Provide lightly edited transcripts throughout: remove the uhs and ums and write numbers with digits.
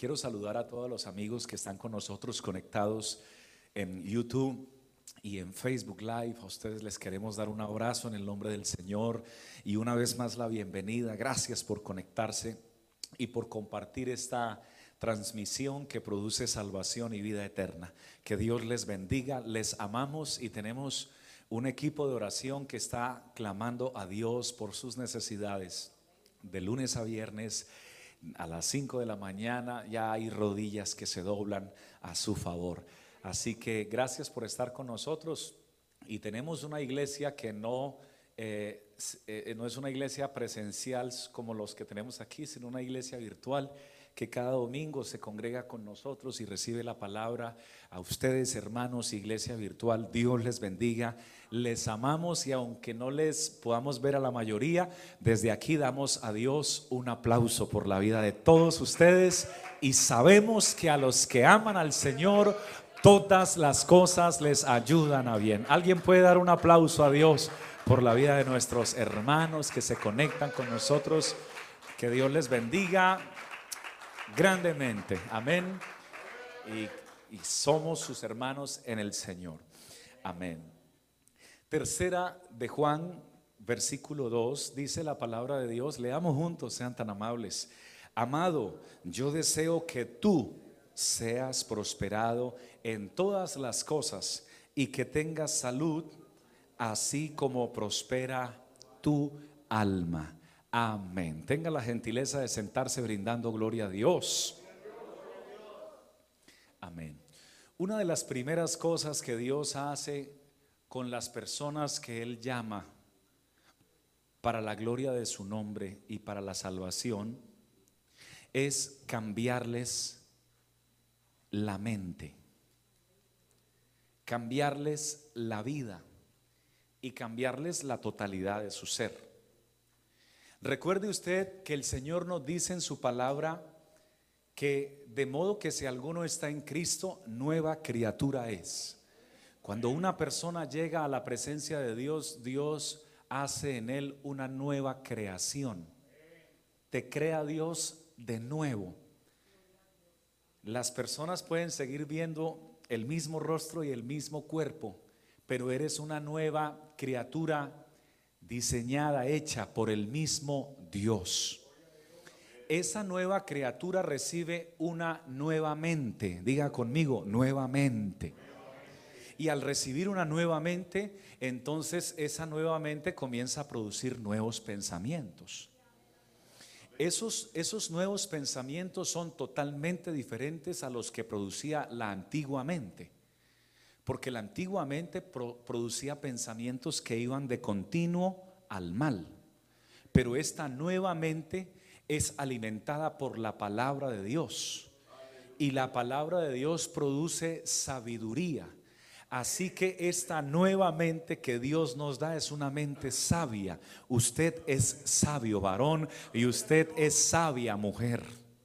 quiero saludar a todos los amigos que están con nosotros conectados en YouTube y en Facebook Live. A ustedes les queremos dar un abrazo en el nombre del Señor y una vez más la bienvenida. Gracias por conectarse y por compartir esta transmisión que produce salvación y vida eterna. Que Dios les bendiga, les amamos y tenemos un equipo de oración que está clamando a Dios por sus necesidades. De lunes a viernes a las 5 de la mañana ya hay rodillas que se doblan a su favor. Así que gracias por estar con nosotros. Y tenemos una iglesia que no es una iglesia presencial como los que tenemos aquí, sino una iglesia virtual que cada domingo se congrega con nosotros y recibe la palabra. A ustedes, hermanos, iglesia virtual, Dios les bendiga, les amamos y aunque no les podamos ver a la mayoría, desde aquí damos a Dios un aplauso por la vida de todos ustedes y sabemos que a los que aman al Señor todas las cosas les ayudan a bien. ¿Alguien puede dar un aplauso a Dios por la vida de nuestros hermanos que se conectan con nosotros? Que Dios les bendiga grandemente, amén. Y somos sus hermanos en el Señor, amén. Tercera de Juan, versículo 2, dice la palabra de Dios. Leamos juntos, sean tan amables. Amado, yo deseo que tú seas prosperado en todas las cosas y que tengas salud, así como prospera tu alma. Amén. Tenga la gentileza de sentarse brindando gloria a Dios. Amén. Una de las primeras cosas que Dios hace con las personas que Él llama para la gloria de su nombre y para la salvación es cambiarles la mente, cambiarles la vida y cambiarles la totalidad de su ser. Recuerde usted que el Señor nos dice en su palabra que de modo que si alguno está en Cristo, nueva criatura es. Cuando una persona llega a la presencia de Dios, Dios hace en él una nueva creación. Te crea Dios de nuevo. Las personas pueden seguir viendo el mismo rostro y el mismo cuerpo, pero eres una nueva criatura diseñada, hecha por el mismo Dios. Esa nueva criatura recibe una nueva mente. Diga conmigo, nuevamente. Y al recibir una nueva mente, entonces esa nueva mente comienza a producir nuevos pensamientos. Esos nuevos pensamientos son totalmente diferentes a los que producía la antigua mente. Porque la antigua mente producía pensamientos que iban de continuo al mal. Pero esta nueva mente es alimentada por la palabra de Dios. Y la palabra de Dios produce sabiduría. Así que esta nueva mente que Dios nos da es una mente sabia. Usted es sabio varón y usted es sabia mujer.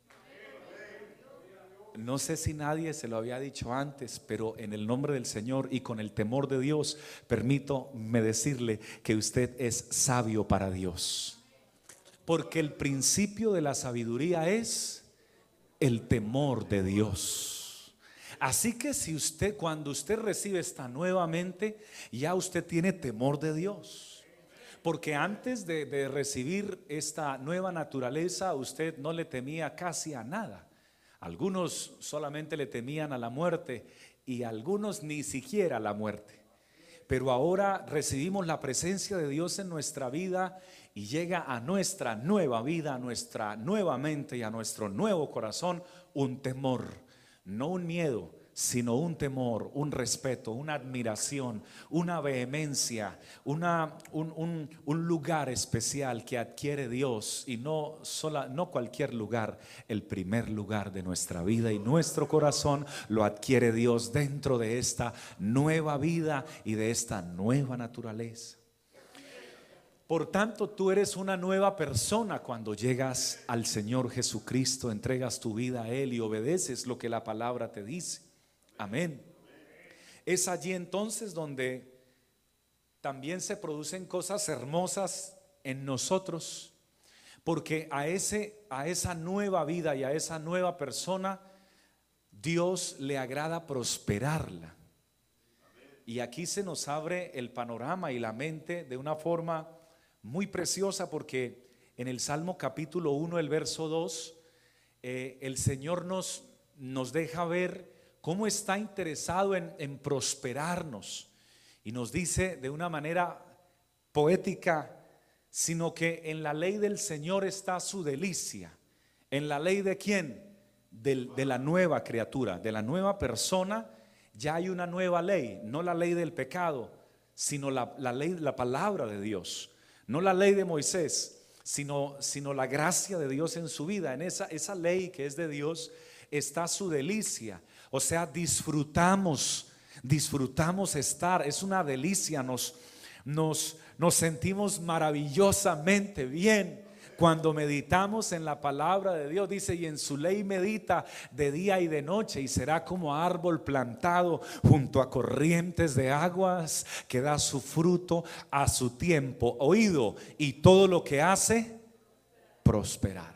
No sé si nadie se lo había dicho antes, pero en el nombre del Señor y con el temor de Dios, permítame decirle que usted es sabio para Dios. Porque el principio de la sabiduría es el temor de Dios. Así que si usted, cuando usted recibe esta nueva mente, ya usted tiene temor de Dios. Porque antes de recibir esta nueva naturaleza, usted no le temía casi a nada. Algunos solamente le temían a la muerte y algunos ni siquiera a la muerte. Pero ahora recibimos la presencia de Dios en nuestra vida y llega a nuestra nueva vida, a nuestra nueva mente y a nuestro nuevo corazón un temor, no un miedo, sino un temor, un respeto, una admiración, una vehemencia, un lugar especial que adquiere Dios, y no cualquier lugar, el primer lugar de nuestra vida y nuestro corazón lo adquiere Dios dentro de esta nueva vida y de esta nueva naturaleza. Por tanto, tú eres una nueva persona cuando llegas al Señor Jesucristo, entregas tu vida a Él y obedeces lo que la palabra te dice. Amén. Es allí entonces donde también se producen cosas hermosas en nosotros, porque a esa nueva vida y a esa nueva persona Dios le agrada prosperarla. Y aquí se nos abre el panorama y la mente de una forma muy preciosa, porque en el Salmo capítulo 1, el verso 2, el Señor nos deja ver cómo está interesado en prosperarnos. Y nos dice de una manera poética: sino que en la ley del Señor está su delicia. ¿En la ley de quién? De la nueva criatura, de la nueva persona. Ya hay una nueva ley, no la ley del pecado, sino la ley, la palabra de Dios. No la ley de Moisés, sino la gracia de Dios en su vida. En esa ley que es de Dios está su delicia. O sea, disfrutamos estar. Es una delicia, nos sentimos maravillosamente bien cuando meditamos en la palabra de Dios. Dice: y en su ley medita de día y de noche, y será como árbol plantado junto a corrientes de aguas, que da su fruto a su tiempo. Oído, y todo lo que hace prosperará.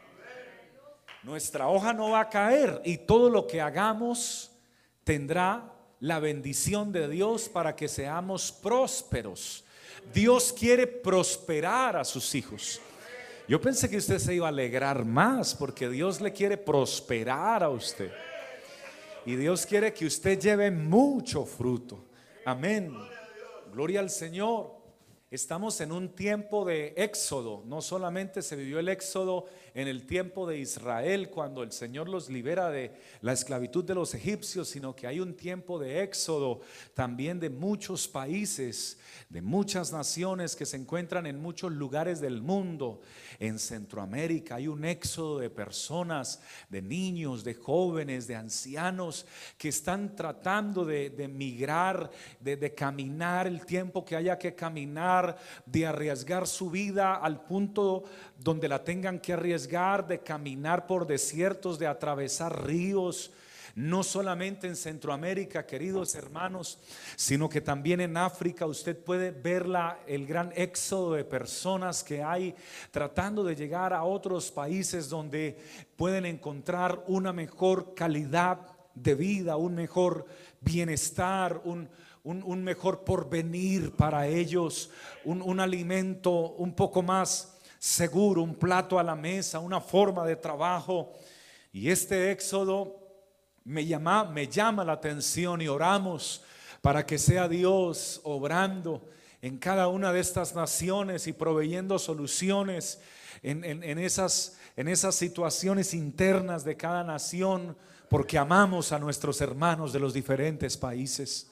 Nuestra hoja no va a caer, y todo lo que hagamos tendrá la bendición de Dios para que seamos prósperos. Dios quiere prosperar a sus hijos. Yo pensé que usted se iba a alegrar más, porque Dios le quiere prosperar a usted. Y Dios quiere que usted lleve mucho fruto. Amén. Gloria al Señor. Estamos en un tiempo de éxodo. No solamente se vivió el éxodo en el tiempo de Israel, cuando el Señor los libera de la esclavitud de los egipcios, sino que hay un tiempo de éxodo también de muchos países, de muchas naciones que se encuentran en muchos lugares del mundo. En Centroamérica hay un éxodo de personas, de niños, de jóvenes, de ancianos, que están tratando de migrar, de caminar el tiempo que haya que caminar, de arriesgar su vida al punto donde la tengan que arriesgar, de caminar por desiertos, de atravesar ríos. No solamente en Centroamérica, queridos hermanos, sino que también en África usted puede ver el gran éxodo de personas que hay tratando de llegar a otros países donde pueden encontrar una mejor calidad de vida, un mejor bienestar, un mejor porvenir para ellos, un alimento un poco más seguro, un plato a la mesa, una forma de trabajo. Y este éxodo me llama la atención, y oramos para que sea Dios obrando en cada una de estas naciones y proveyendo soluciones en esas situaciones internas de cada nación, porque amamos a nuestros hermanos de los diferentes países.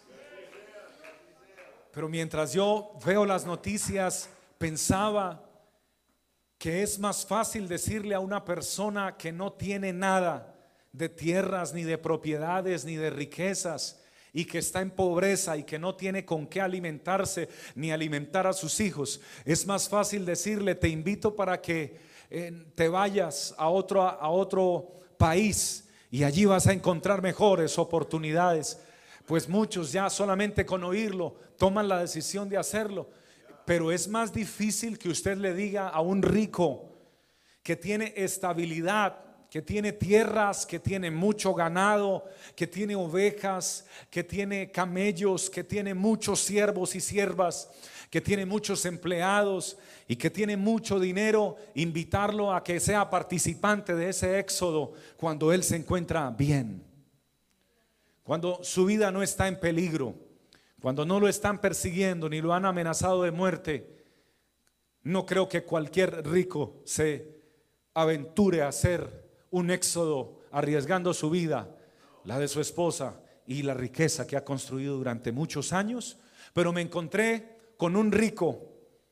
Pero mientras yo veo las noticias, pensaba que es más fácil decirle a una persona que no tiene nada de tierras, ni de propiedades, ni de riquezas, y que está en pobreza y que no tiene con qué alimentarse ni alimentar a sus hijos, es más fácil decirle: te invito para que te vayas a otro país y allí vas a encontrar mejores oportunidades. Pues muchos ya solamente con oírlo toman la decisión de hacerlo. Pero es más difícil que usted le diga a un rico que tiene estabilidad, que tiene tierras, que tiene mucho ganado, que tiene ovejas, que tiene camellos, que tiene muchos siervos y siervas, que tiene muchos empleados y que tiene mucho dinero, invitarlo a que sea participante de ese éxodo cuando él se encuentra bien, cuando su vida no está en peligro, cuando no lo están persiguiendo ni lo han amenazado de muerte. No creo que cualquier rico se aventure a hacer un éxodo arriesgando su vida, la de su esposa y la riqueza que ha construido durante muchos años. Pero me encontré con un rico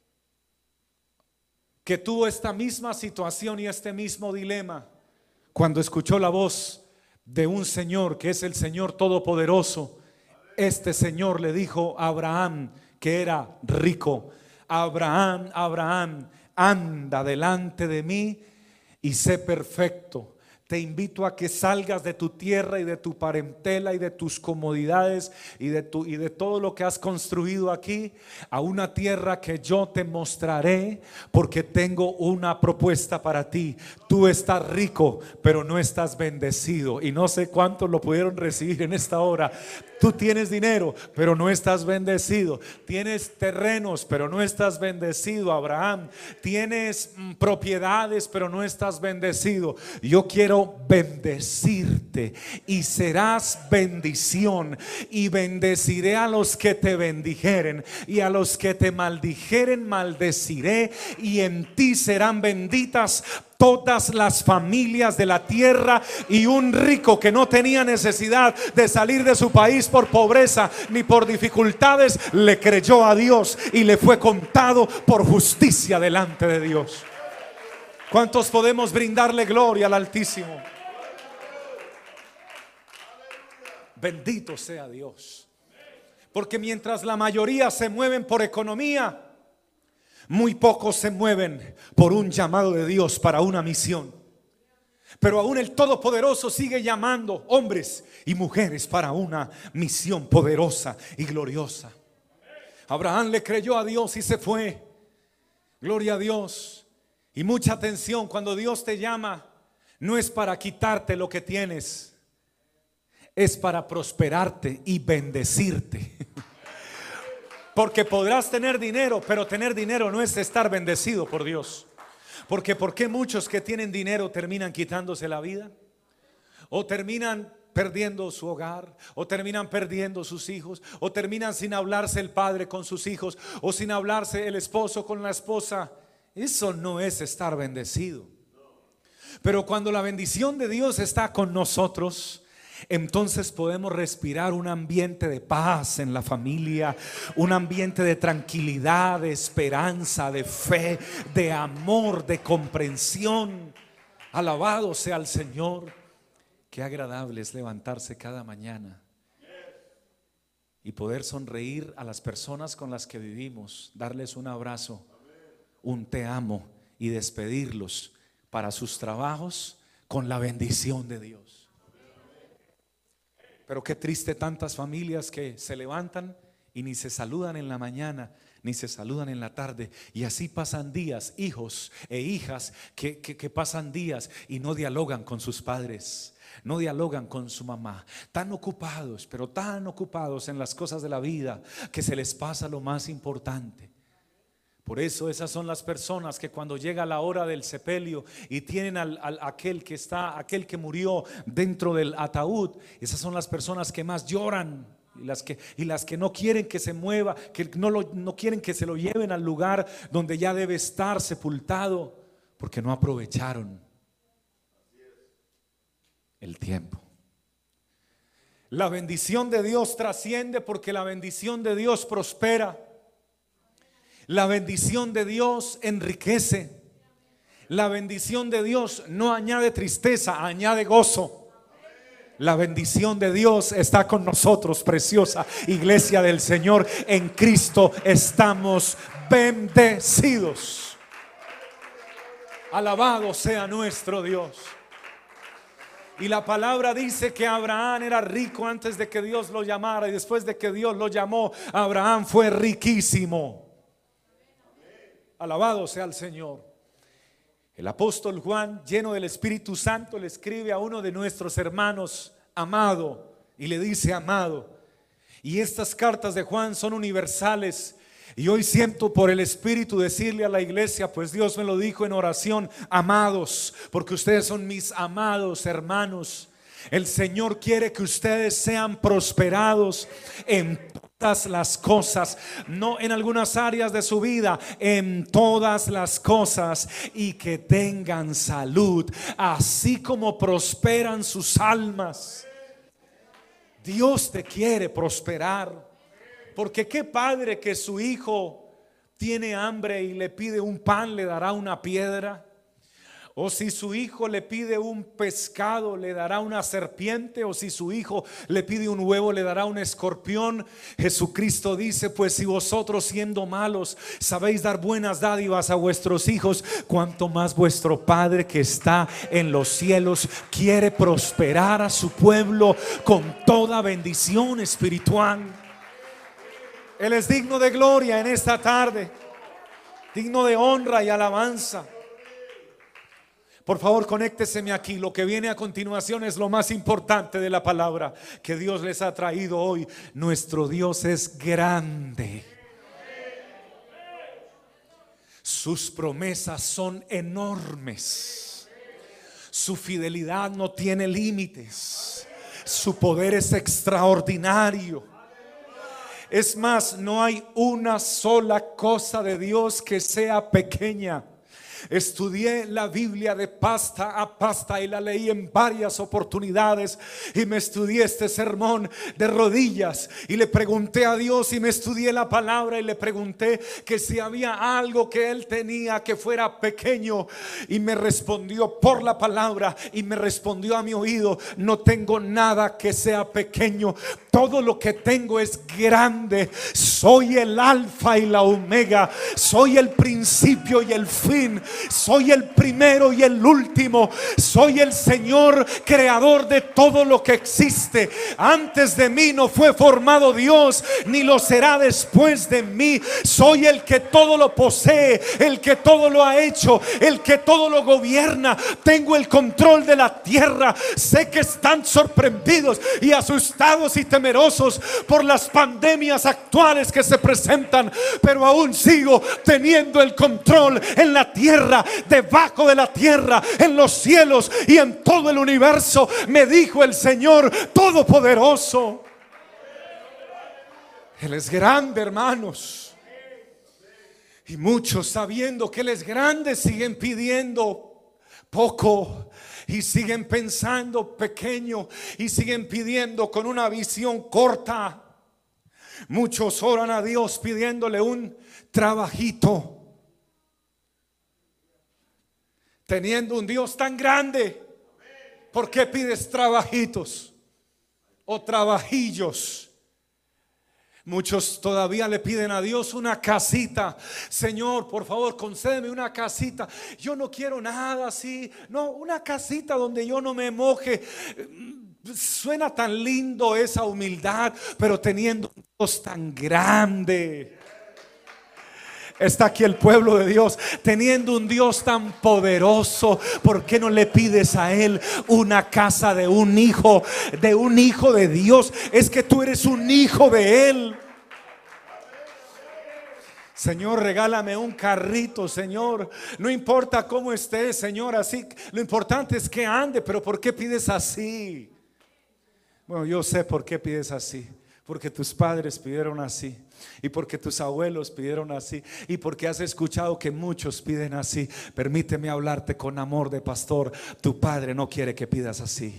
que tuvo esta misma situación y este mismo dilema cuando escuchó la voz de un Señor que es el Señor Todopoderoso. Este Señor le dijo a Abraham, que era rico: Abraham, Abraham, anda delante de mí y sé perfecto. te invito a que salgas de tu tierra y de tu parentela y de tus comodidades y de todo lo que has construido aquí, a una tierra que yo te mostraré, porque tengo una propuesta para ti. Tú estás rico, pero no estás bendecido, y no sé cuántos lo pudieron recibir en esta hora. Tú tienes dinero, pero no estás bendecido. Tienes terrenos, pero no estás bendecido, Abraham. Tienes propiedades, pero no estás bendecido. Yo quiero bendecirte y serás bendición, y bendeciré a los que te bendijeren, y a los que te maldijeren maldeciré, y en ti serán benditas todas las familias de la tierra. Y un rico que no tenía necesidad de salir de su país por pobreza ni por dificultades, le creyó a Dios y le fue contado por justicia delante de Dios. ¿Cuántos podemos brindarle gloria al Altísimo? Bendito sea Dios. Porque mientras la mayoría se mueven por economía, muy pocos se mueven por un llamado de Dios para una misión. Pero aún el Todopoderoso sigue llamando hombres y mujeres para una misión poderosa y gloriosa. Abraham le creyó a Dios y se fue. Gloria a Dios. Y mucha atención, cuando Dios te llama, no es para quitarte lo que tienes, es para prosperarte y bendecirte. Porque podrás tener dinero, pero tener dinero no es estar bendecido por Dios. Porque ¿por qué muchos que tienen dinero terminan quitándose la vida? O terminan perdiendo su hogar, o terminan perdiendo sus hijos, o terminan sin hablarse el padre con sus hijos, o sin hablarse el esposo con la esposa. Eso no es estar bendecido. Pero cuando la bendición de Dios está con nosotros, entonces podemos respirar un ambiente de paz en la familia, un ambiente de tranquilidad, de esperanza, de fe, de amor, de comprensión. Alabado sea el Señor. Qué agradable es levantarse cada mañana y poder sonreír a las personas con las que vivimos, darles un abrazo, un te amo, y despedirlos para sus trabajos con la bendición de Dios. Pero qué triste tantas familias que se levantan y ni se saludan en la mañana, ni se saludan en la tarde. Y así pasan días, hijos e hijas que pasan días y no dialogan con sus padres, no dialogan con su mamá. Tan ocupados, pero tan ocupados en las cosas de la vida, que se les pasa lo más importante. Por eso esas son las personas que cuando llega la hora del sepelio y tienen aquel que murió dentro del ataúd, esas son las personas que más lloran, y las que no quieren que se mueva, que no quieren que se lo lleven al lugar donde ya debe estar sepultado, porque no aprovecharon el tiempo. La bendición de Dios trasciende, porque la bendición de Dios prospera. La bendición de Dios enriquece. La bendición de Dios no añade tristeza, añade gozo. La bendición de Dios está con nosotros, preciosa iglesia del Señor. En Cristo estamos bendecidos. Alabado sea nuestro Dios. Y la palabra dice que Abraham era rico antes de que Dios lo llamara, y después de que Dios lo llamó, Abraham fue riquísimo. Alabado sea el Señor. El apóstol Juan, lleno del Espíritu Santo, le escribe a uno de nuestros hermanos, amado, y le dice amado. Y estas cartas de Juan son universales. Y hoy siento por el Espíritu decirle a la iglesia, pues Dios me lo dijo en oración: amados, porque ustedes son mis amados hermanos. El Señor quiere que ustedes sean prosperados en todas las cosas, no en algunas áreas de su vida, en todas las cosas, y que tengan salud, así como prosperan sus almas. Dios te quiere prosperar, porque qué padre que su hijo tiene hambre y le pide un pan, le dará una piedra. O si su hijo le pide un pescado, le dará una serpiente. O si su hijo le pide un huevo, le dará un escorpión. Jesucristo dice: pues si vosotros, siendo malos, sabéis dar buenas dádivas a vuestros hijos, cuanto más vuestro Padre que está en los cielos quiere prosperar a su pueblo con toda bendición espiritual. Él es digno de gloria en esta tarde, digno de honra y alabanza. Por favor, conécteseme aquí. Lo que viene a continuación es lo más importante de la palabra que Dios les ha traído hoy. Nuestro Dios es grande. Sus promesas son enormes. Su fidelidad no tiene límites. Su poder es extraordinario. Es más, no hay una sola cosa de Dios que sea pequeña. Estudié la Biblia de pasta a pasta y la leí en varias oportunidades, y me estudié este sermón de rodillas y le pregunté a Dios, y me estudié la palabra y le pregunté que si había algo que Él tenía que fuera pequeño, y me respondió por la palabra y me respondió a mi oído: no tengo nada que sea pequeño, todo lo que tengo es grande. Soy el alfa y la omega, soy el principio y el fin, soy el primero y el último, soy el Señor creador de todo lo que existe. Antes de mí no fue formado Dios, ni lo será después de mí. Soy el que todo lo posee, el que todo lo ha hecho, el que todo lo gobierna. Tengo el control de la tierra. Sé que están sorprendidos y asustados y temerosos por las pandemias actuales que se presentan, pero aún sigo teniendo el control en la tierra, debajo de la tierra, en los cielos y en todo el universo. Me dijo el Señor Todopoderoso. Él es grande, hermanos. Y muchos, sabiendo que Él es grande, siguen pidiendo poco y siguen pensando pequeño y siguen pidiendo con una visión corta. Muchos oran a Dios pidiéndole un trabajito, teniendo un Dios tan grande. ¿Por qué pides trabajitos o trabajillos? Muchos todavía le piden a Dios una casita. Señor, por favor, concédeme una casita. Yo no quiero nada así. No, una casita donde yo no me moje. Suena tan lindo esa humildad, pero teniendo un Dios tan grande. Está aquí el pueblo de Dios, teniendo un Dios tan poderoso. ¿Por qué no le pides a Él una casa de un hijo de Dios? Es que tú eres un hijo de Él. Señor, regálame un carrito, Señor. No importa cómo esté, Señor, así. Lo importante es que ande. Pero ¿por qué pides así? Bueno, yo sé por qué pides así. Porque tus padres pidieron así, y porque tus abuelos pidieron así, y porque has escuchado que muchos piden así. Permíteme hablarte con amor de pastor. Tu padre no quiere que pidas así.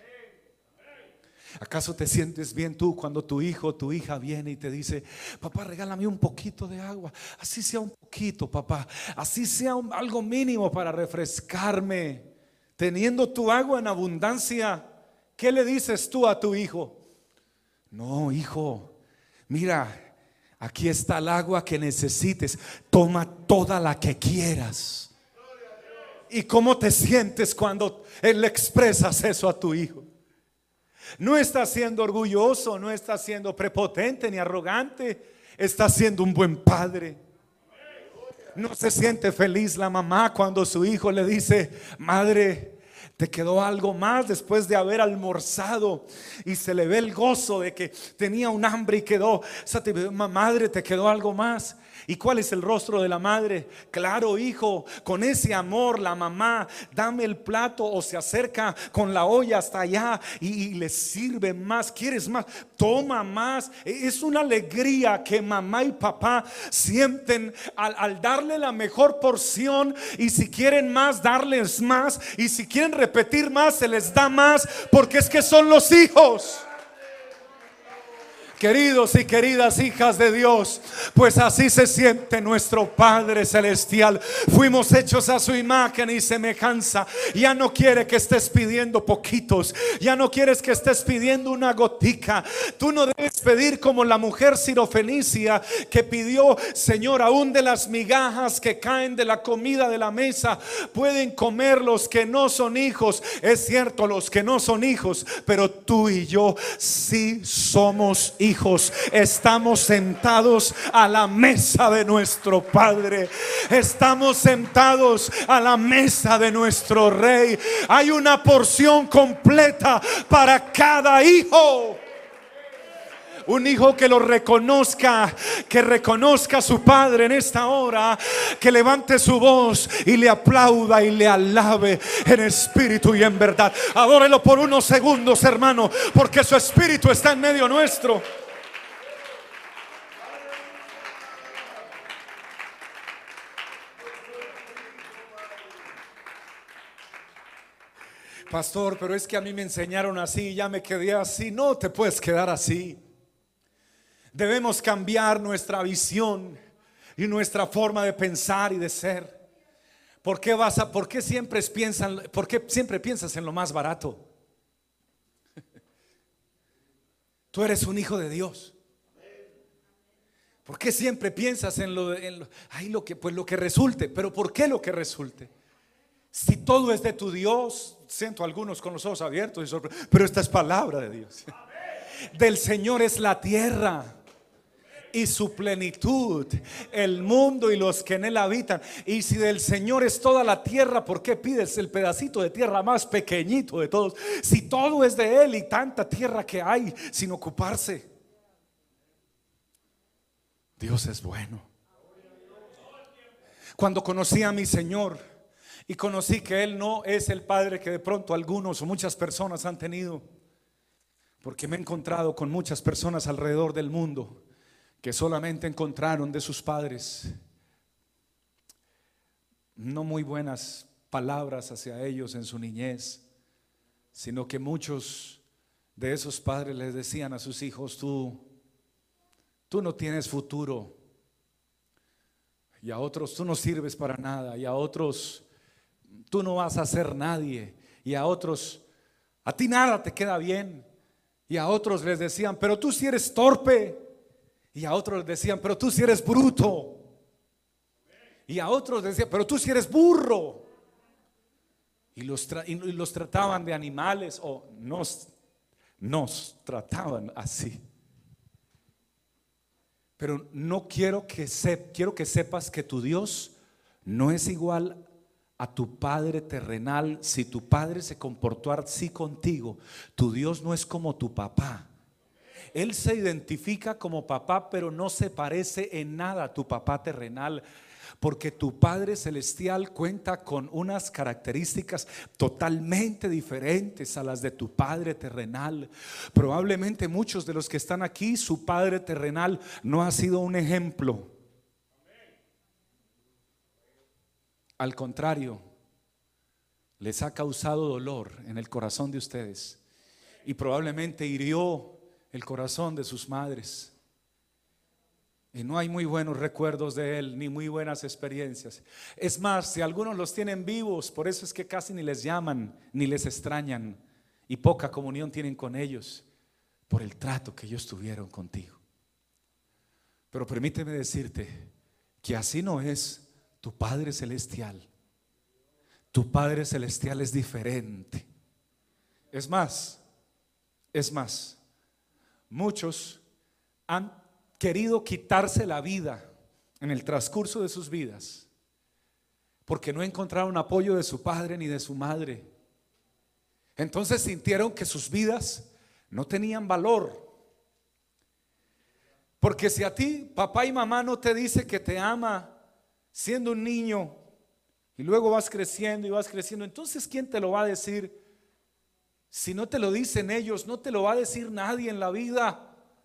¿Acaso te sientes bien tú cuando tu hijo o tu hija viene y te dice: papá, regálame un poquito de agua? Así sea un poquito, papá, así sea algo mínimo para refrescarme. Teniendo tu agua en abundancia, ¿qué le dices tú a tu hijo? No, hijo, mira, aquí está el agua que necesites, toma toda la que quieras. ¿Y cómo te sientes cuando le expresas eso a tu hijo? No estás siendo orgulloso, no estás siendo prepotente ni arrogante, estás siendo un buen padre. No se siente feliz la mamá cuando su hijo le dice: madre, te quedó algo más después de haber almorzado, y se le ve el gozo de que tenía un hambre y quedó. Madre, te quedó algo más. ¿Y cuál es el rostro de la madre? Claro, hijo, con ese amor la mamá dame el plato o se acerca con la olla hasta allá y le sirve más. ¿Quieres más? Toma más. Es una alegría que mamá y papá sienten al darle la mejor porción, y si quieren más, darles más, y si quieren repetir más, se les da más, porque es que son los hijos. Queridos y queridas hijas de Dios, pues así se siente nuestro Padre Celestial. Fuimos hechos a su imagen y semejanza. Ya no quiere que estés pidiendo poquitos, ya no quieres que estés pidiendo una gotica. Tú no debes pedir como la mujer sirofenicia que pidió: Señor, aún de las migajas que caen de la comida de la mesa pueden comer los que no son hijos. Es cierto, los que no son hijos, pero tú y yo sí somos hijos. Estamos sentados a la mesa de nuestro Padre. Estamos sentados a la mesa de nuestro Rey. Hay una porción completa para cada hijo. Un hijo que lo reconozca, que reconozca a su padre en esta hora, que levante su voz y le aplauda y le alabe en espíritu y en verdad. Adórelo por unos segundos, hermano, porque su espíritu está en medio nuestro. Pastor, pero es que a mí me enseñaron así y ya me quedé así. No te puedes quedar así. Debemos cambiar nuestra visión y nuestra forma de pensar y de ser. ¿Por qué siempre piensas en lo más barato? Tú eres un hijo de Dios. ¿Por qué siempre piensas en lo que resulte? Pero ¿por qué lo que resulte? Si todo es de tu Dios. Siento a algunos con los ojos abiertos, pero esta es palabra de Dios. Del Señor es la tierra y su plenitud, el mundo y los que en él habitan. Y si del Señor es toda la tierra, ¿por qué pides el pedacito de tierra más pequeñito de todos? Si todo es de él y tanta tierra que hay sin ocuparse. Dios es bueno. Cuando conocí a mi Señor y conocí que Él no es el Padre que de pronto algunos o muchas personas han tenido, porque me he encontrado con muchas personas alrededor del mundo que solamente encontraron de sus padres no muy buenas palabras hacia ellos en su niñez, sino que muchos de esos padres les decían a sus hijos: tú no tienes futuro. Y a otros: tú no sirves para nada. Y a otros: tú no vas a ser nadie. Y a otros: a ti nada te queda bien. Y a otros les decían: pero tú sí eres torpe. Y a otros les decían: pero tú sí eres bruto. Y a otros les decían: pero tú sí eres burro. Y los trataban de animales, o nos trataban así. Pero quiero que sepas que tu Dios no es igual a tu padre terrenal. Si tu padre se comportó así contigo, tu Dios no es como tu papá. Él se identifica como papá, pero no se parece en nada a tu papá terrenal, porque tu Padre Celestial cuenta con unas características totalmente diferentes a las de tu Padre terrenal. Probablemente muchos de los que están aquí, su Padre terrenal no ha sido un ejemplo. Al contrario, les ha causado dolor en el corazón de ustedes y probablemente hirió el corazón de sus madres. Y no hay muy buenos recuerdos de él, ni muy buenas experiencias. Es más, si algunos los tienen vivos, por eso es que casi ni les llaman, ni les extrañan, y poca comunión tienen con ellos, por el trato que ellos tuvieron contigo. Pero permíteme decirte que así no es tu Padre Celestial. Tu Padre Celestial es diferente. Es más, muchos han querido quitarse la vida en el transcurso de sus vidas porque no encontraron apoyo de su padre ni de su madre. Entonces sintieron que sus vidas no tenían valor. Porque si a ti papá y mamá no te dice que te ama siendo un niño y luego vas creciendo y vas creciendo, entonces ¿quién te lo va a decir? Si no te lo dicen ellos, no te lo va a decir nadie en la vida.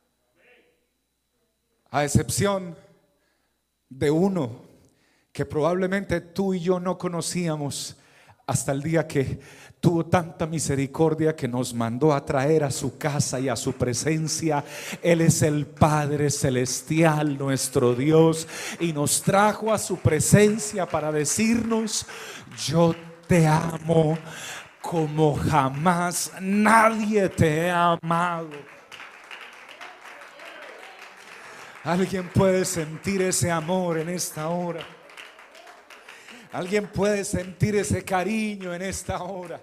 A excepción de uno que probablemente tú y yo no conocíamos hasta el día que tuvo tanta misericordia que nos mandó a traer a su casa y a su presencia. Él es el Padre Celestial, nuestro Dios, y nos trajo a su presencia para decirnos: yo te amo como jamás nadie te ha amado. Alguien puede sentir ese amor en esta hora. Alguien puede sentir ese cariño en esta hora.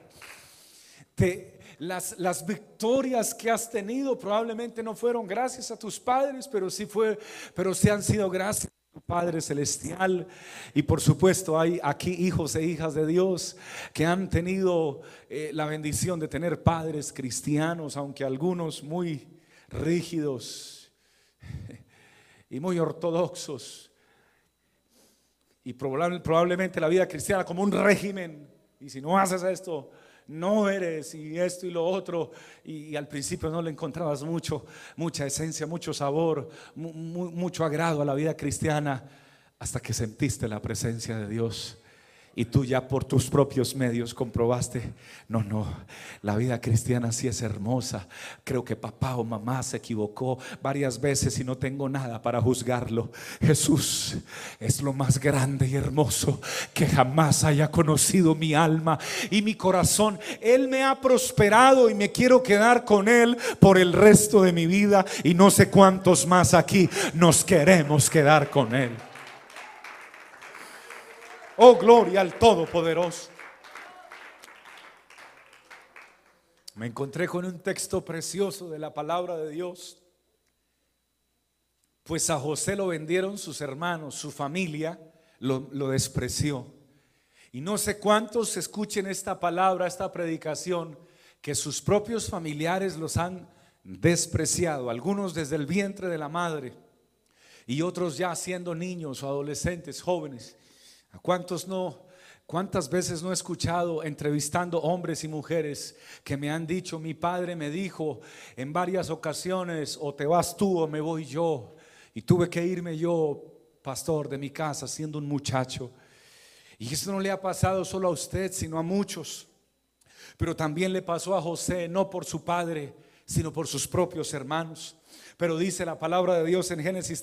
Las victorias que has tenido probablemente no fueron gracias a tus padres, pero sí han sido gracias a tu Padre Celestial. Y por supuesto hay aquí hijos e hijas de Dios que han tenido la bendición de tener padres cristianos, aunque algunos muy rígidos y muy ortodoxos. Y probablemente la vida cristiana como un régimen, y si no haces esto no eres, y esto y lo otro, y al principio no le encontrabas mucha esencia, mucho sabor, mucho agrado a la vida cristiana, hasta que sentiste la presencia de Dios. Y tú ya por tus propios medios comprobaste: no, la vida cristiana sí es hermosa. Creo que papá o mamá se equivocó varias veces y no tengo nada para juzgarlo. Jesús es lo más grande y hermoso que jamás haya conocido mi alma y mi corazón. Él me ha prosperado y me quiero quedar con Él por el resto de mi vida, y no sé cuántos más aquí nos queremos quedar con Él. Oh, gloria al Todopoderoso. Me encontré con un texto precioso de la palabra de Dios. Pues a José lo vendieron sus hermanos, su familia lo despreció. Y no sé cuántos escuchen esta palabra, esta predicación, que sus propios familiares los han despreciado. Algunos desde el vientre de la madre, y otros ya siendo niños o adolescentes, jóvenes. ¿A cuántas veces no he escuchado entrevistando hombres y mujeres que me han dicho: mi padre me dijo en varias ocasiones, o te vas tú o me voy yo? Y tuve que irme yo, pastor, de mi casa siendo un muchacho. Y esto no le ha pasado solo a usted, sino a muchos. Pero también le pasó a José, no por su padre, sino por sus propios hermanos. Pero dice la palabra de Dios en Génesis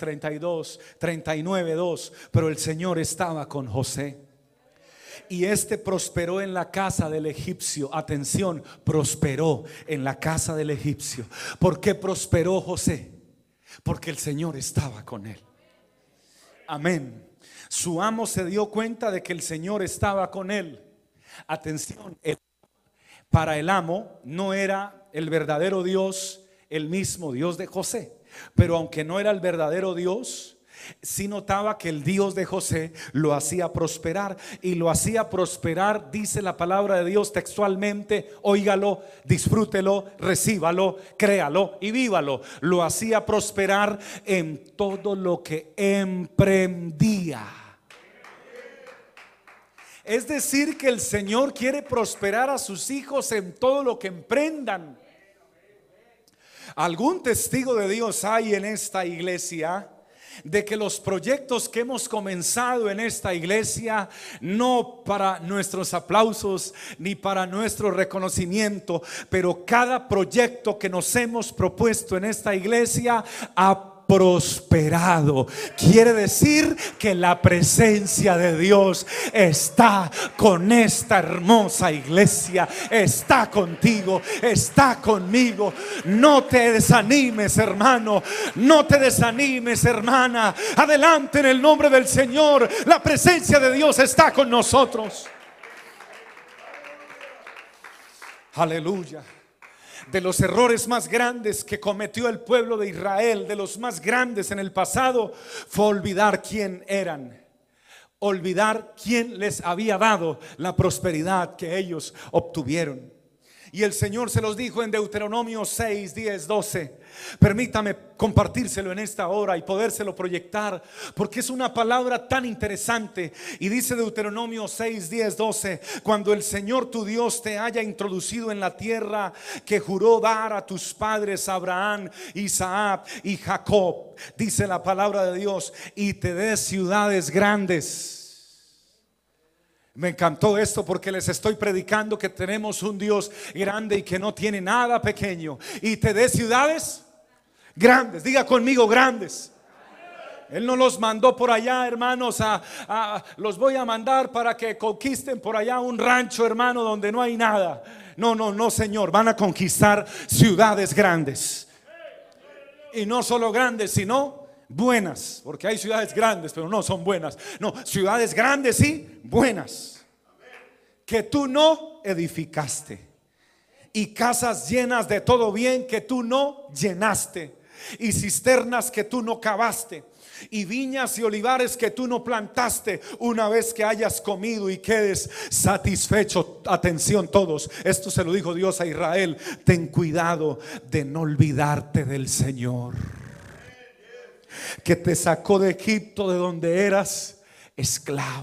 39:2: pero el Señor estaba con José, y este prosperó en la casa del egipcio. Atención, prosperó en la casa del egipcio. ¿Por qué prosperó José? Porque el Señor estaba con él. Amén. Su amo se dio cuenta de que el Señor estaba con él. Atención, para el amo no era el verdadero Dios el mismo Dios de José, pero aunque no era el verdadero Dios, sí notaba que el Dios de José lo hacía prosperar, y lo hacía prosperar, dice la palabra de Dios textualmente, óigalo, disfrútelo, recíbalo, créalo y vívalo. Lo hacía prosperar en todo lo que emprendía. Es decir, que el Señor quiere prosperar a sus hijos en todo lo que emprendan. ¿Algún testigo de Dios hay en esta iglesia de que los proyectos que hemos comenzado en esta iglesia, no para nuestros aplausos ni para nuestro reconocimiento, pero cada proyecto que nos hemos propuesto en esta iglesia ha prosperado? Quiere decir que la presencia de Dios está con esta hermosa iglesia, está contigo, está conmigo. No te desanimes, hermano, no te desanimes, hermana. Adelante en el nombre del Señor. La presencia de Dios está con nosotros. Aleluya. De los errores más grandes que cometió el pueblo de Israel, de los más grandes en el pasado, fue olvidar quién eran, olvidar quién les había dado la prosperidad que ellos obtuvieron. Y el Señor se los dijo en Deuteronomio 6, 10, 12. Permítame compartírselo en esta hora y podérselo proyectar, porque es una palabra tan interesante. Y dice Deuteronomio 6, 10, 12: cuando el Señor tu Dios te haya introducido en la tierra que juró dar a tus padres Abraham, Isaac y Jacob, dice la palabra de Dios, y te dé ciudades grandes. Me encantó esto porque les estoy predicando que tenemos un Dios grande y que no tiene nada pequeño. Y te dé ciudades grandes. Diga conmigo, grandes. Él no los mandó por allá, hermanos, los voy a mandar para que conquisten por allá un rancho, hermano, donde no hay nada. No, no, no, Señor. Van a conquistar ciudades grandes. Y no solo grandes, sino buenas. Porque hay ciudades grandes, pero no son buenas. No, ciudades grandes y buenas, que tú no edificaste. Y casas llenas de todo bien que tú no llenaste. Y cisternas que tú no cavaste. Y viñas y olivares que tú no plantaste. Una vez que hayas comido y quedes satisfecho. Atención todos, esto se lo dijo Dios a Israel: ten cuidado de no olvidarte del Señor, que te sacó de Egipto, de donde eras esclavo.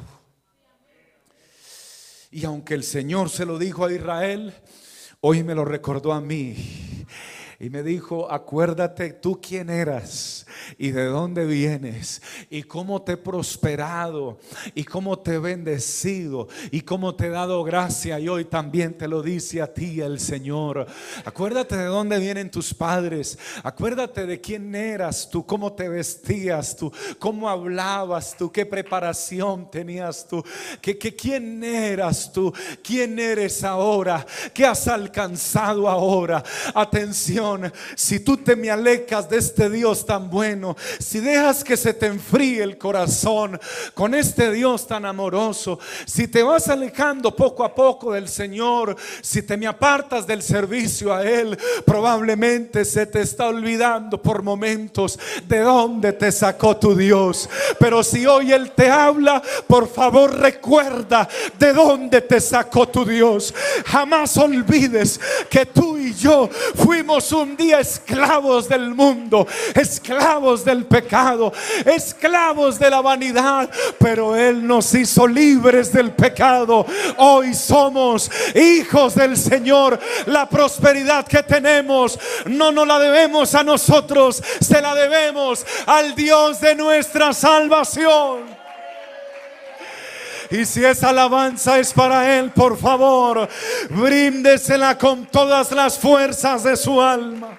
Y aunque el Señor se lo dijo a Israel, hoy me lo recordó a mí. Y me dijo: acuérdate tú quién eras y de dónde vienes y cómo te he prosperado y cómo te he bendecido y cómo te he dado gracia. Y hoy también te lo dice a ti el Señor. Acuérdate de dónde vienen tus padres. Acuérdate de quién eras tú, cómo te vestías tú, cómo hablabas tú, qué preparación tenías tú, quién eras tú, quién eres ahora, qué has alcanzado ahora. Atención. Si tú te me alejas de este Dios tan bueno, si dejas que se te enfríe el corazón con este Dios tan amoroso, si te vas alejando poco a poco del Señor, si te me apartas del servicio a Él, probablemente se te está olvidando por momentos de dónde te sacó tu Dios. Pero si hoy Él te habla, por favor recuerda de dónde te sacó tu Dios. Jamás olvides que tú y yo fuimos un día esclavos del mundo, esclavos del pecado, esclavos de la vanidad, pero Él nos hizo libres del pecado. Hoy somos hijos del Señor. La prosperidad que tenemos no nos la debemos a nosotros, se la debemos al Dios de nuestra salvación. Y si esa alabanza es para Él, por favor, bríndesela con todas las fuerzas de su alma.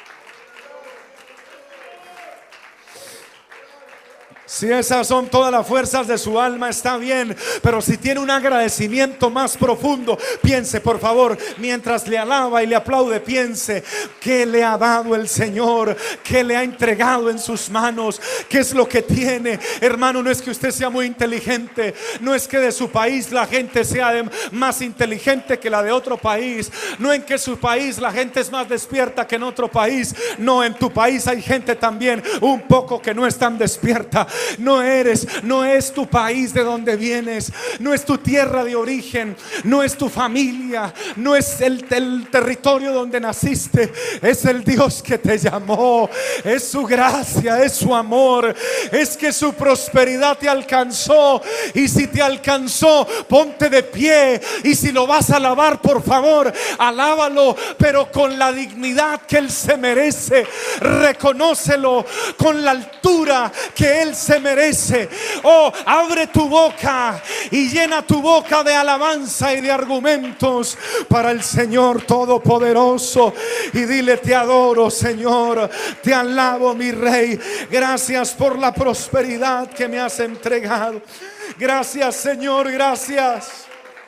Si esas son todas las fuerzas de su alma, está bien. Pero si tiene un agradecimiento más profundo, piense, por favor, mientras le alaba y le aplaude, piense qué le ha dado el Señor, qué le ha entregado en sus manos, qué es lo que tiene. Hermano, no es que usted sea muy inteligente, no es que de su país la gente sea más inteligente que la de otro país, no en que su país la gente es más despierta que en otro país. No, en tu país hay gente también un poco que no es tan despierta. No es tu país de donde vienes, no es tu tierra de origen, no es tu familia, no es el territorio donde naciste. Es el Dios que te llamó, es su gracia, es su amor, es que su prosperidad te alcanzó. Y si te alcanzó, ponte de pie, y si lo vas a alabar, por favor, alábalo, pero con la dignidad que Él se merece. Reconócelo con la altura que Él se merece. Oh, abre tu boca y llena tu boca de alabanza y de argumentos para el Señor Todopoderoso, y dile: te adoro, Señor, te alabo, mi Rey. Gracias por la prosperidad que me has entregado. Gracias, Señor, gracias.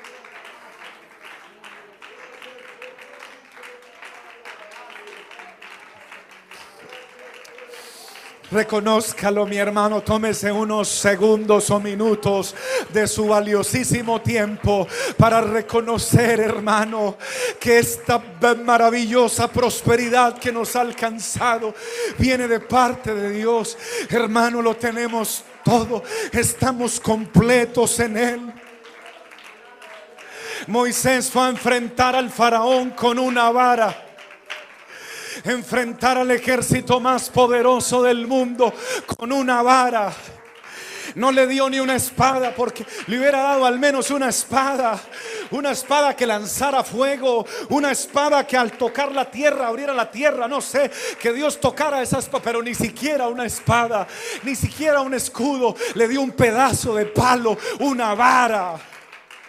Reconózcalo, mi hermano. Tómese unos segundos o minutos de su valiosísimo tiempo para reconocer, hermano, que esta maravillosa prosperidad que nos ha alcanzado viene de parte de Dios. Hermano, lo tenemos todo, estamos completos en Él. Moisés fue a enfrentar al faraón con una vara, enfrentar al ejército más poderoso del mundo con una vara. No le dio ni una espada, porque le hubiera dado al menos una espada que lanzara fuego, una espada que al tocar la tierra abriera la tierra. No sé, que Dios tocara esa espada, pero ni siquiera una espada, ni siquiera un escudo. Le dio un pedazo de palo, una vara.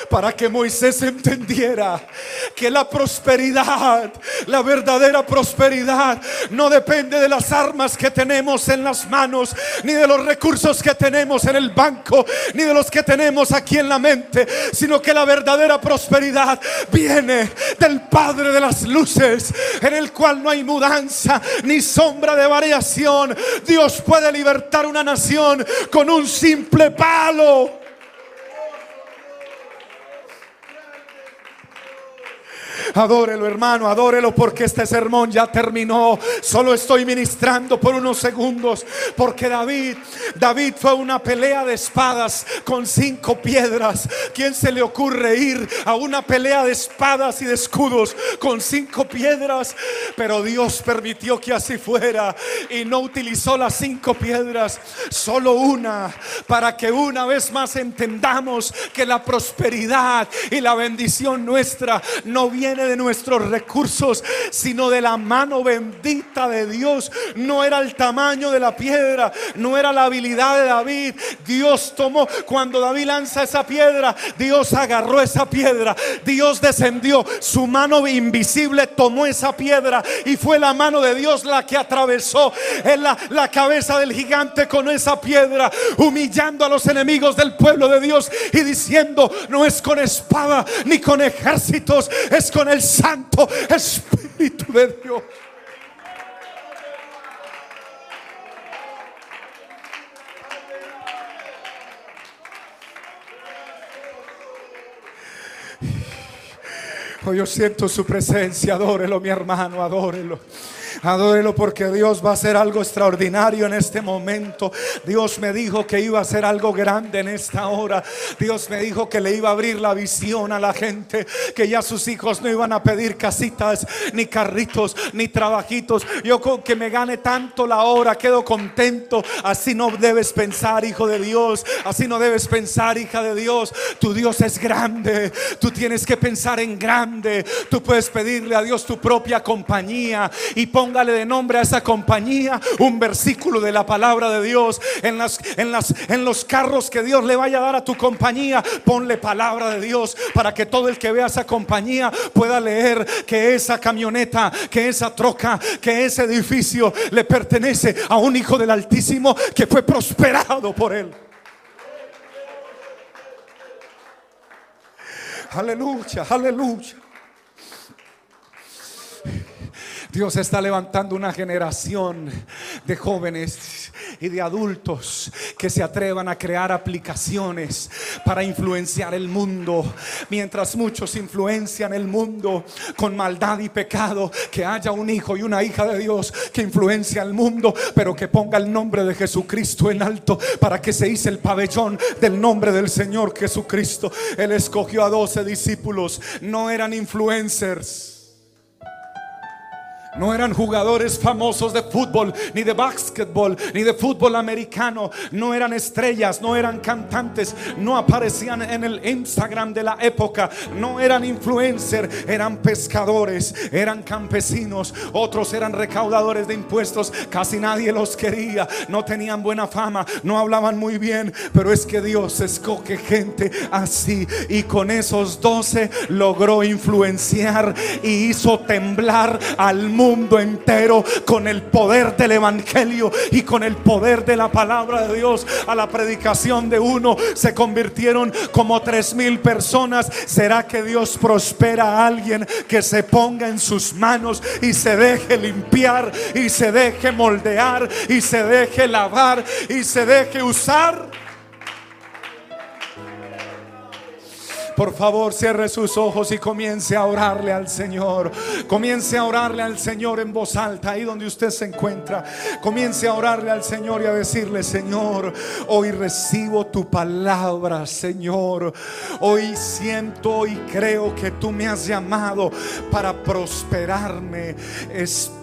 para que Moisés entendiera que la prosperidad, la verdadera prosperidad, no depende de las armas que tenemos en las manos, ni de los recursos que tenemos en el banco, ni de los que tenemos aquí en la mente, sino que la verdadera prosperidad viene del Padre de las luces, en el cual no hay mudanza ni sombra de variación. Dios puede libertar una nación con un simple palo. Adórelo, hermano, adórelo, porque este sermón ya terminó. Solo estoy ministrando por unos segundos, porque David fue a una pelea de espadas con 5 piedras. ¿Quién se le ocurre ir a una pelea de espadas y de escudos con 5 piedras? Pero Dios permitió que así fuera y no utilizó las 5 piedras, solo una, para que una vez más entendamos que la prosperidad y la bendición nuestra no viene de nuestros recursos, sino de la mano bendita de Dios. No era el tamaño de la piedra, no era la habilidad de David. Dios tomó, cuando David lanza esa piedra, Dios agarró esa piedra, Dios descendió, su mano invisible tomó esa piedra y fue la mano de Dios la que atravesó en la cabeza del gigante con esa piedra, humillando a los enemigos del pueblo de Dios y diciendo: no es con espada ni con ejércitos, es con el Santo Espíritu de Dios. Hoy yo siento su presencia. Adórelo, mi hermano, adórelo. Adórelo, porque Dios va a hacer algo extraordinario en este momento. Dios me dijo que iba a hacer algo grande en esta hora. Dios me dijo que le iba a abrir la visión a la gente, que ya sus hijos no iban a pedir casitas, ni carritos, ni trabajitos. Yo con que me gane tanto la hora quedo contento. Así no debes pensar, hijo de Dios. Así no debes pensar, hija de Dios. Tu Dios es grande. Tú tienes que pensar en grande. Tú puedes pedirle a Dios tu propia compañía y póngale de nombre a esa compañía un versículo de la palabra de Dios. En los carros que Dios le vaya a dar a tu compañía, ponle palabra de Dios, para que todo el que vea esa compañía pueda leer que esa camioneta, que esa troca, que ese edificio le pertenece a un hijo del Altísimo que fue prosperado por él. Aleluya, aleluya. Dios está levantando una generación de jóvenes y de adultos que se atrevan a crear aplicaciones para influenciar el mundo. Mientras muchos influencian el mundo con maldad y pecado, que haya un hijo y una hija de Dios que influencia al mundo, pero que ponga el nombre de Jesucristo en alto, para que se hice el pabellón del nombre del Señor Jesucristo. Él escogió a 12 discípulos. No eran influencers, no eran jugadores famosos de fútbol, ni de básquetbol, ni de fútbol americano. No eran estrellas, no eran cantantes, no aparecían en el Instagram de la época. No eran influencers, eran pescadores, eran campesinos. Otros eran recaudadores de impuestos. Casi nadie los quería, no tenían buena fama, no hablaban muy bien. Pero es que Dios escoge gente así, y con esos 12 logró influenciar y hizo temblar al mundo entero con el poder del evangelio y con el poder de la palabra de Dios. A la predicación de uno se convirtieron como 3,000 personas. ¿Será que Dios prospera a alguien que se ponga en sus manos y se deje limpiar y se deje moldear y se deje lavar y se deje usar? Por favor, cierre sus ojos y comience a orarle al Señor. Comience a orarle al Señor en voz alta, ahí donde usted se encuentra. Comience a orarle al Señor y a decirle: Señor, hoy recibo tu palabra, Señor. Hoy siento y creo que tú me has llamado para prosperarme espiritualmente,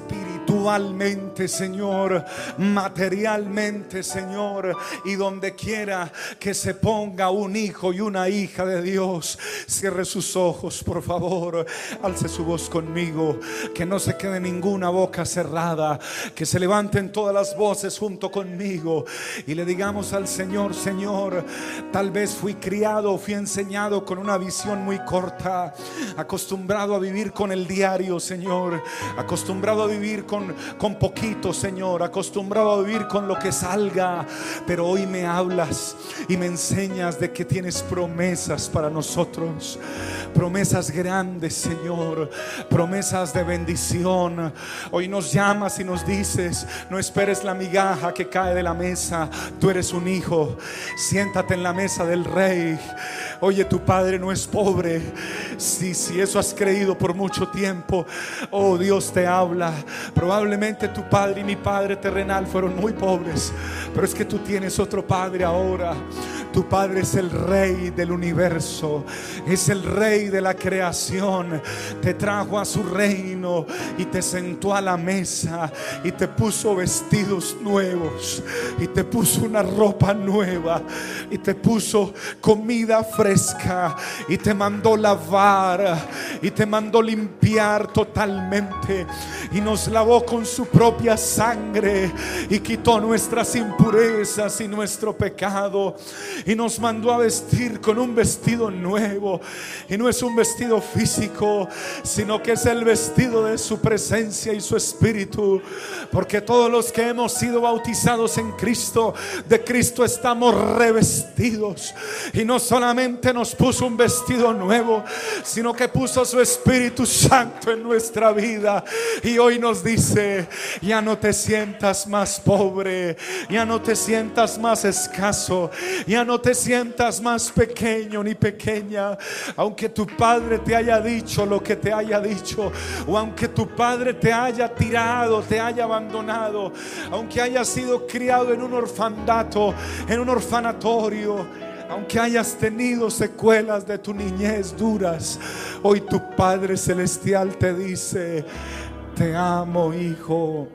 espiritualmente, Señor, materialmente, Señor, y donde quiera que se ponga un hijo y una hija de Dios, cierre sus ojos, por favor, alce su voz conmigo, que no se quede ninguna boca cerrada, que se levanten todas las voces junto conmigo y le digamos al Señor: Señor, tal vez fui criado, fui enseñado con una visión muy corta, acostumbrado a vivir con el diario, Señor, acostumbrado a vivir con poquito, Señor, acostumbrado a vivir con lo que salga, pero hoy me hablas y me enseñas de que tienes promesas para nosotros, promesas grandes, Señor, promesas de bendición. Hoy nos llamas y nos dices: no esperes la migaja que cae de la mesa, tú eres un hijo, siéntate en la mesa del rey. Oye, tu padre no es pobre. Si eso has creído por mucho tiempo, oh, Dios te habla. Probablemente tu padre y mi padre terrenal fueron muy pobres, pero es que tú tienes otro padre ahora. Tu padre es el rey del universo, es el rey de la creación. Te trajo a su reino y te sentó a la mesa y te puso vestidos nuevos y te puso una ropa nueva y te puso comida fresca y te mandó lavar y te mandó limpiar totalmente y nos lavó con su propia sangre y quitó nuestras impurezas y nuestro pecado y nos mandó a vestir con un vestido nuevo. Y no es un vestido físico, sino que es el vestido de su presencia y su espíritu, porque todos los que hemos sido bautizados en Cristo, de Cristo estamos revestidos. Y no solamente nos puso un vestido nuevo, sino que puso su Espíritu Santo en nuestra vida. Y hoy nos dice: ya no te sientas más pobre, ya no te sientas más escaso, ya no te sientas más pequeño ni pequeña. Aunque tu padre te haya dicho lo que te haya dicho, o aunque tu padre te haya tirado, te haya abandonado, aunque hayas sido criado en un orfanato, en un orfanatorio, aunque hayas tenido secuelas de tu niñez duras, hoy tu Padre Celestial te dice: te amo, hijo,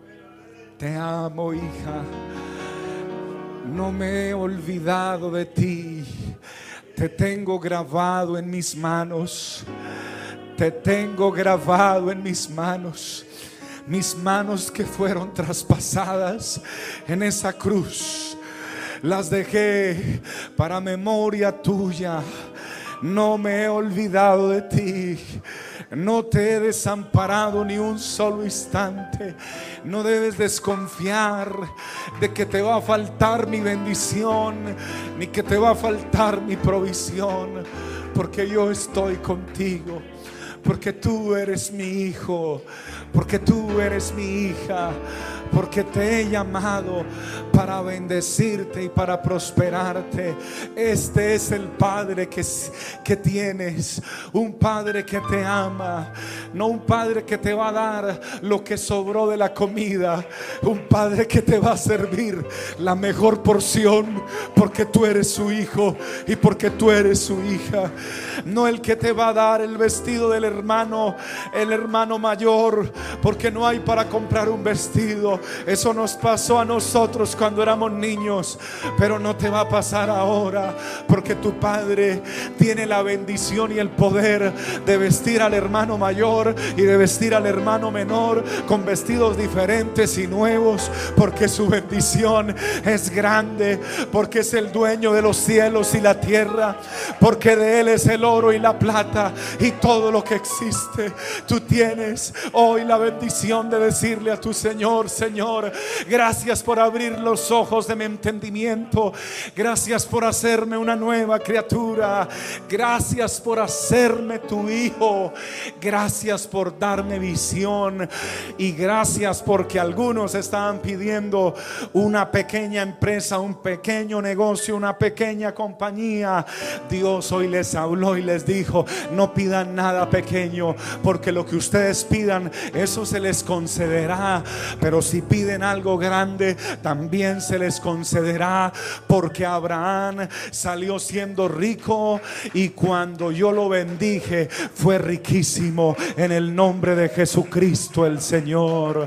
te amo, hija, no me he olvidado de ti, te tengo grabado en mis manos, te tengo grabado en mis manos que fueron traspasadas en esa cruz. Las dejé para memoria tuya. No me he olvidado de ti. No te he desamparado ni un solo instante. No debes desconfiar de que te va a faltar mi bendición, ni que te va a faltar mi provisión, porque yo estoy contigo. Porque tú eres mi hijo, porque tú eres mi hija, porque te he llamado para bendecirte y para prosperarte. Este es el Padre que tienes, un Padre que te ama, no un Padre que te va a dar lo que sobró de la comida, un Padre que te va a servir la mejor porción, porque tú eres su hijo y porque tú eres su hija. No el que te va a dar el vestido del hermano, el hermano mayor, porque no hay para comprar un vestido. Eso nos pasó a nosotros cuando éramos niños, pero no te va a pasar ahora, porque tu Padre tiene la bendición y el poder de vestir al hermano mayor y de vestir al hermano menor con vestidos diferentes y nuevos, porque su bendición es grande, porque es el dueño de los cielos y la tierra, porque de Él es el oro y la plata y todo lo que existe. Tú tienes hoy la bendición de decirle a tu Señor: Señor, gracias por abrir los ojos de mi entendimiento, gracias por hacerme una nueva criatura, gracias por hacerme tu hijo, gracias por darme visión, y gracias porque algunos estaban pidiendo una pequeña empresa, un pequeño negocio, una pequeña compañía. Dios hoy les habló y les dijo: no pidan nada pequeño, porque lo que ustedes pidan, eso se les concederá. Pero si si piden algo grande, también se les concederá, porque Abraham salió siendo rico y cuando yo lo bendije fue riquísimo, en el nombre de Jesucristo el Señor.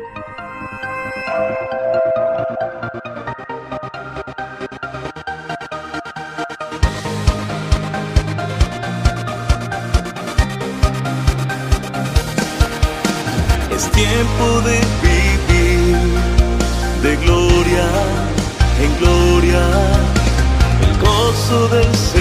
Es tiempo de vivir de gloria en gloria, el gozo del Señor